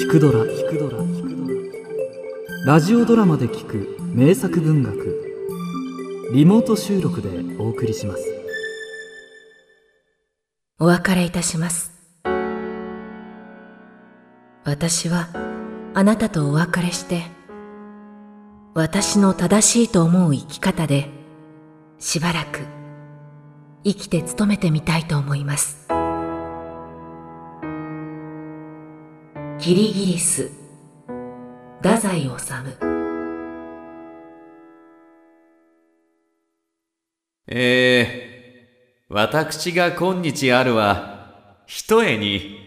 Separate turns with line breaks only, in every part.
聞くドラ」ラジオドラマで聞く名作文学、リモート収録でお送りします。
お別れいたします。私はあなたとお別れして、私の正しいと思う生き方でしばらく生きて勤めてみたいと思います。キリギリス、太宰治。
私が今日あるは、ひとえに。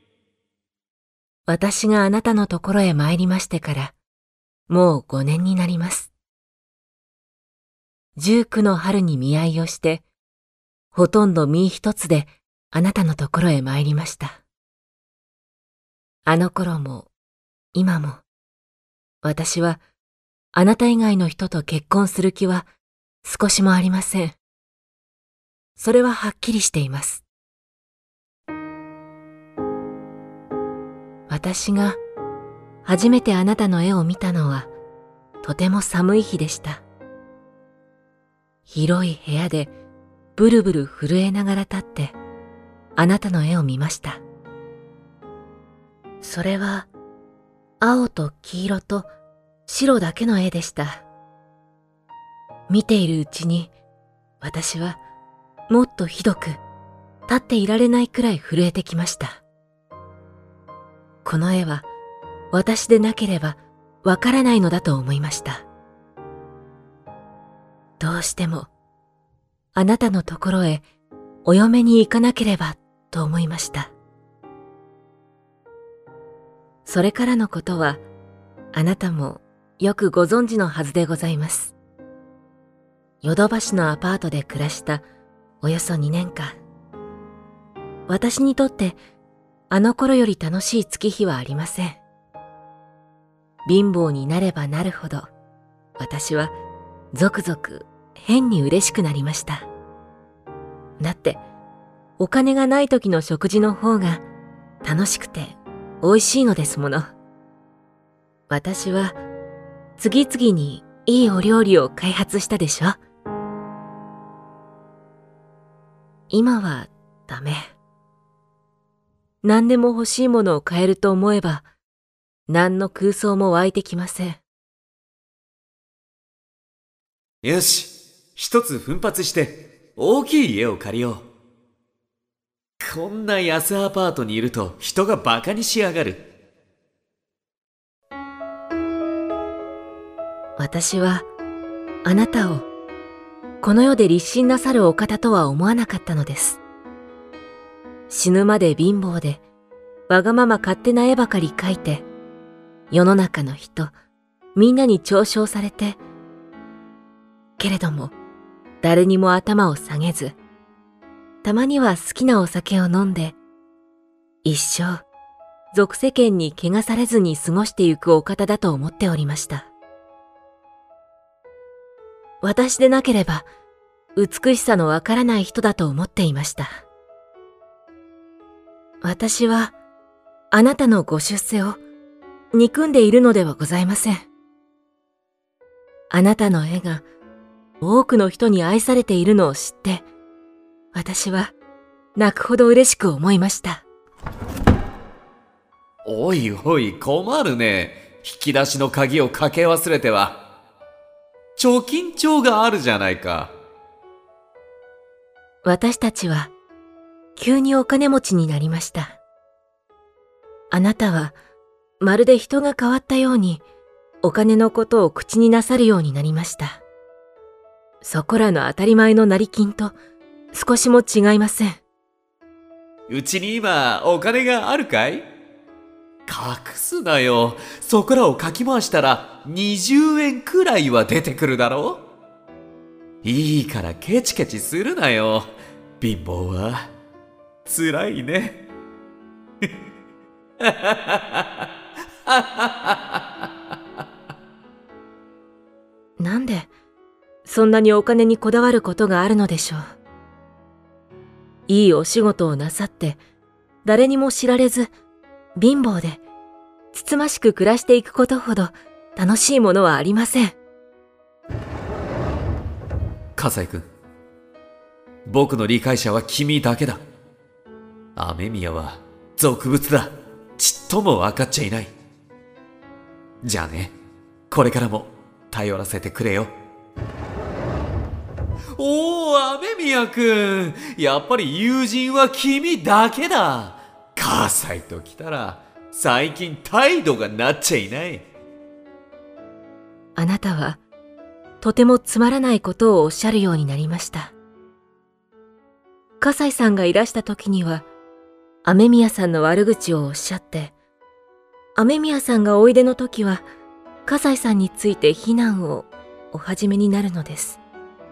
私があなたのところへ参りましてから、もう5年になります。19の春に見合いをして、ほとんど身一つであなたのところへ参りました。あの頃も、今も、私はあなた以外の人と結婚する気は少しもありません。それははっきりしています。私が初めてあなたの絵を見たのはとても寒い日でした。広い部屋でブルブル震えながら立ってあなたの絵を見ました。それは青と黄色と白だけの絵でした。見ているうちに私はもっとひどく立っていられないくらい震えてきました。この絵は私でなければわからないのだと思いました。どうしてもあなたのところへお嫁に行かなければと思いました。それからのことはあなたもよくご存知のはずでございます。ヨドバシのアパートで暮らしたおよそ2年間。私にとってあの頃より楽しい月日はありません。貧乏になればなるほど、私はゾクゾク変に嬉しくなりました。だって、お金がない時の食事の方が楽しくて美味しいのですもの。私は次々にいいお料理を開発したでしょ。今はダメ。何でも欲しいものを買えると思えば、何の空想も湧いてきません。
よし、一つ奮発して大きい家を借りよう。こんな安アパートにいると人がバカにしやがる。
私はあなたをこの世で立身なさるお方とは思わなかったのです。死ぬまで貧乏でわがまま勝手な絵ばかり描いて、世の中の人みんなに嘲笑されて、けれども誰にも頭を下げず、たまには好きなお酒を飲んで、一生俗世間に汚されずに過ごしてゆくお方だと思っておりました。私でなければ美しさのわからない人だと思っていました。私はあなたのご出世を憎んでいるのではございません。あなたの絵が多くの人に愛されているのを知って、私は泣くほど嬉しく思いました。
おいおい、困るね。引き出しの鍵をかけ忘れては。貯金帳があるじゃないか。
私たちは急にお金持ちになりました。あなたはまるで人が変わったようにお金のことを口になさるようになりました。そこらの当たり前の成金と少しも違いません。
うちに今お金があるかい？隠すなよ。そこらをかき回したら20円くらいは出てくるだろう。いいからケチケチするなよ。貧乏は辛いね。
なんでそんなにお金にこだわることがあるのでしょう。いいお仕事をなさって誰にも知られず貧乏でつつましく暮らしていくことほど楽しいものはありません。
葛西君、僕の理解者は君だけだ。雨宮は俗物だ。ちっとも分かっちゃいない。じゃあね、これからも頼らせてくれよ。おー、雨宮君、やっぱり友人は君だけだ。葛西と来たら最近態度がなっちゃいない。
あなたはとてもつまらないことをおっしゃるようになりました。葛西さんがいらした時には雨宮さんの悪口をおっしゃって、雨宮さんがおいでの時は葛西さんについて非難をお始めになるのです。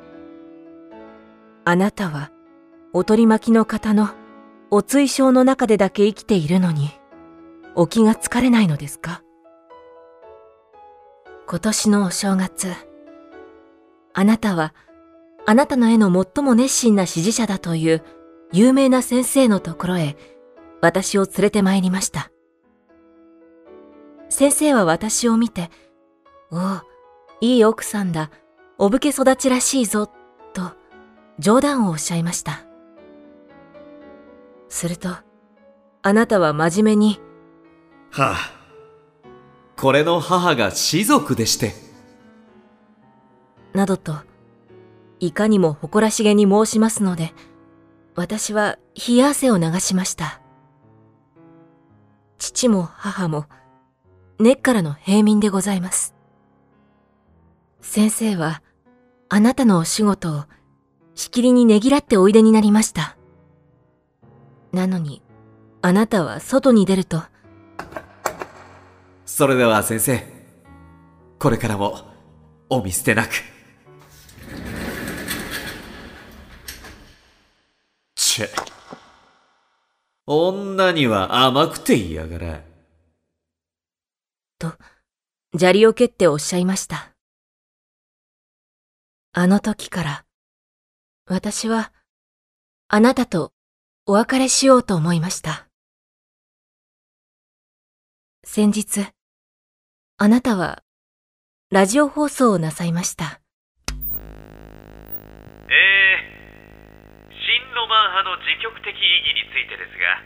あなたはお取り巻きの方のお追証の中でだけ生きているのにお気がつかれないのですか？今年のお正月、あなたはあなたの絵の最も熱心な支持者だという有名な先生のところへ私を連れて参りました。先生は私を見て、おう、いい奥さんだ、お武家育ちらしいぞ、と冗談をおっしゃいました。すると、あなたは真面目に、
はあ、これの母が士族でして。
などと、いかにも誇らしげに申しますので、私は冷や汗を流しました。父も母も、根っからの平民でございます。先生は、あなたのお仕事を、しきりにねぎらっておいでになりました。なのに、あなたは外に出ると。
それでは先生、これからもお見捨てなく。チェ、女には甘くていやがら。
と、砂利を蹴っておっしゃいました。あの時から、私は、あなたとお別れしようと思いました。先日、あなたは、ラジオ放送をなさいました。
新ロマン派の自極的意義についてですが、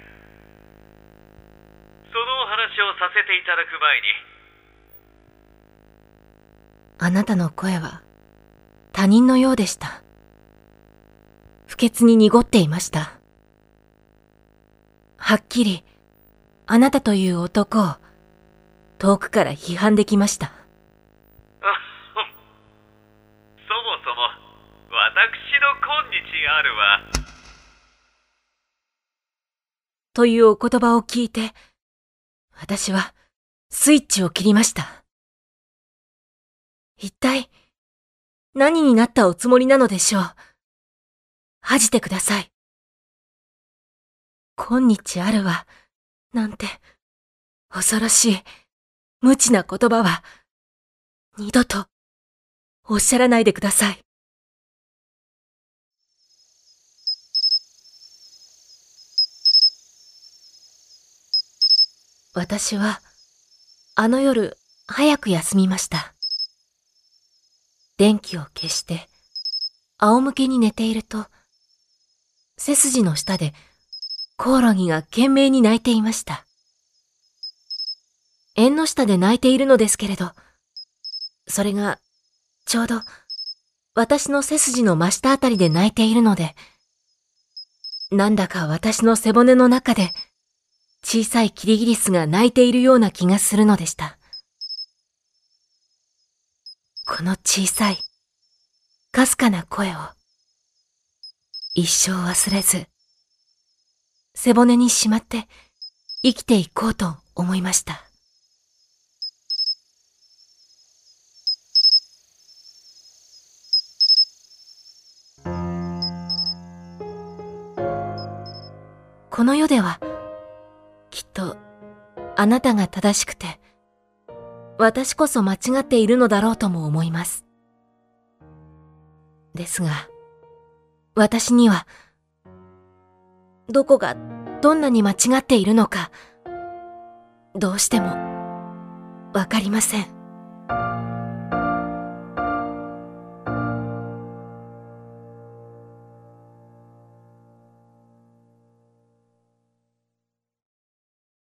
そのお話をさせていただく前に、
あなたの声は、他人のようでした。不潔に濁っていました。はっきり、あなたという男を、遠くから批判できました。
そもそも私の今日あるは
というお言葉を聞いて、私はスイッチを切りました。一体何になったおつもりなのでしょう。恥じてください。今日あるわ、なんて恐ろしい無知な言葉は二度とおっしゃらないでください。私はあの夜早く休みました。電気を消して仰向けに寝ていると、背筋の下でコオロギが懸命に鳴いていました。縁の下で鳴いているのですけれど、それがちょうど私の背筋の真下あたりで鳴いているので、なんだか私の背骨の中で小さいキリギリスが鳴いているような気がするのでした。この小さいかすかな声を一生忘れず背骨にしまって生きていこうと思いました。この世ではきっとあなたが正しくて私こそ間違っているのだろうとも思います。ですが私にはどこがどんなに間違っているのかどうしてもわかりません。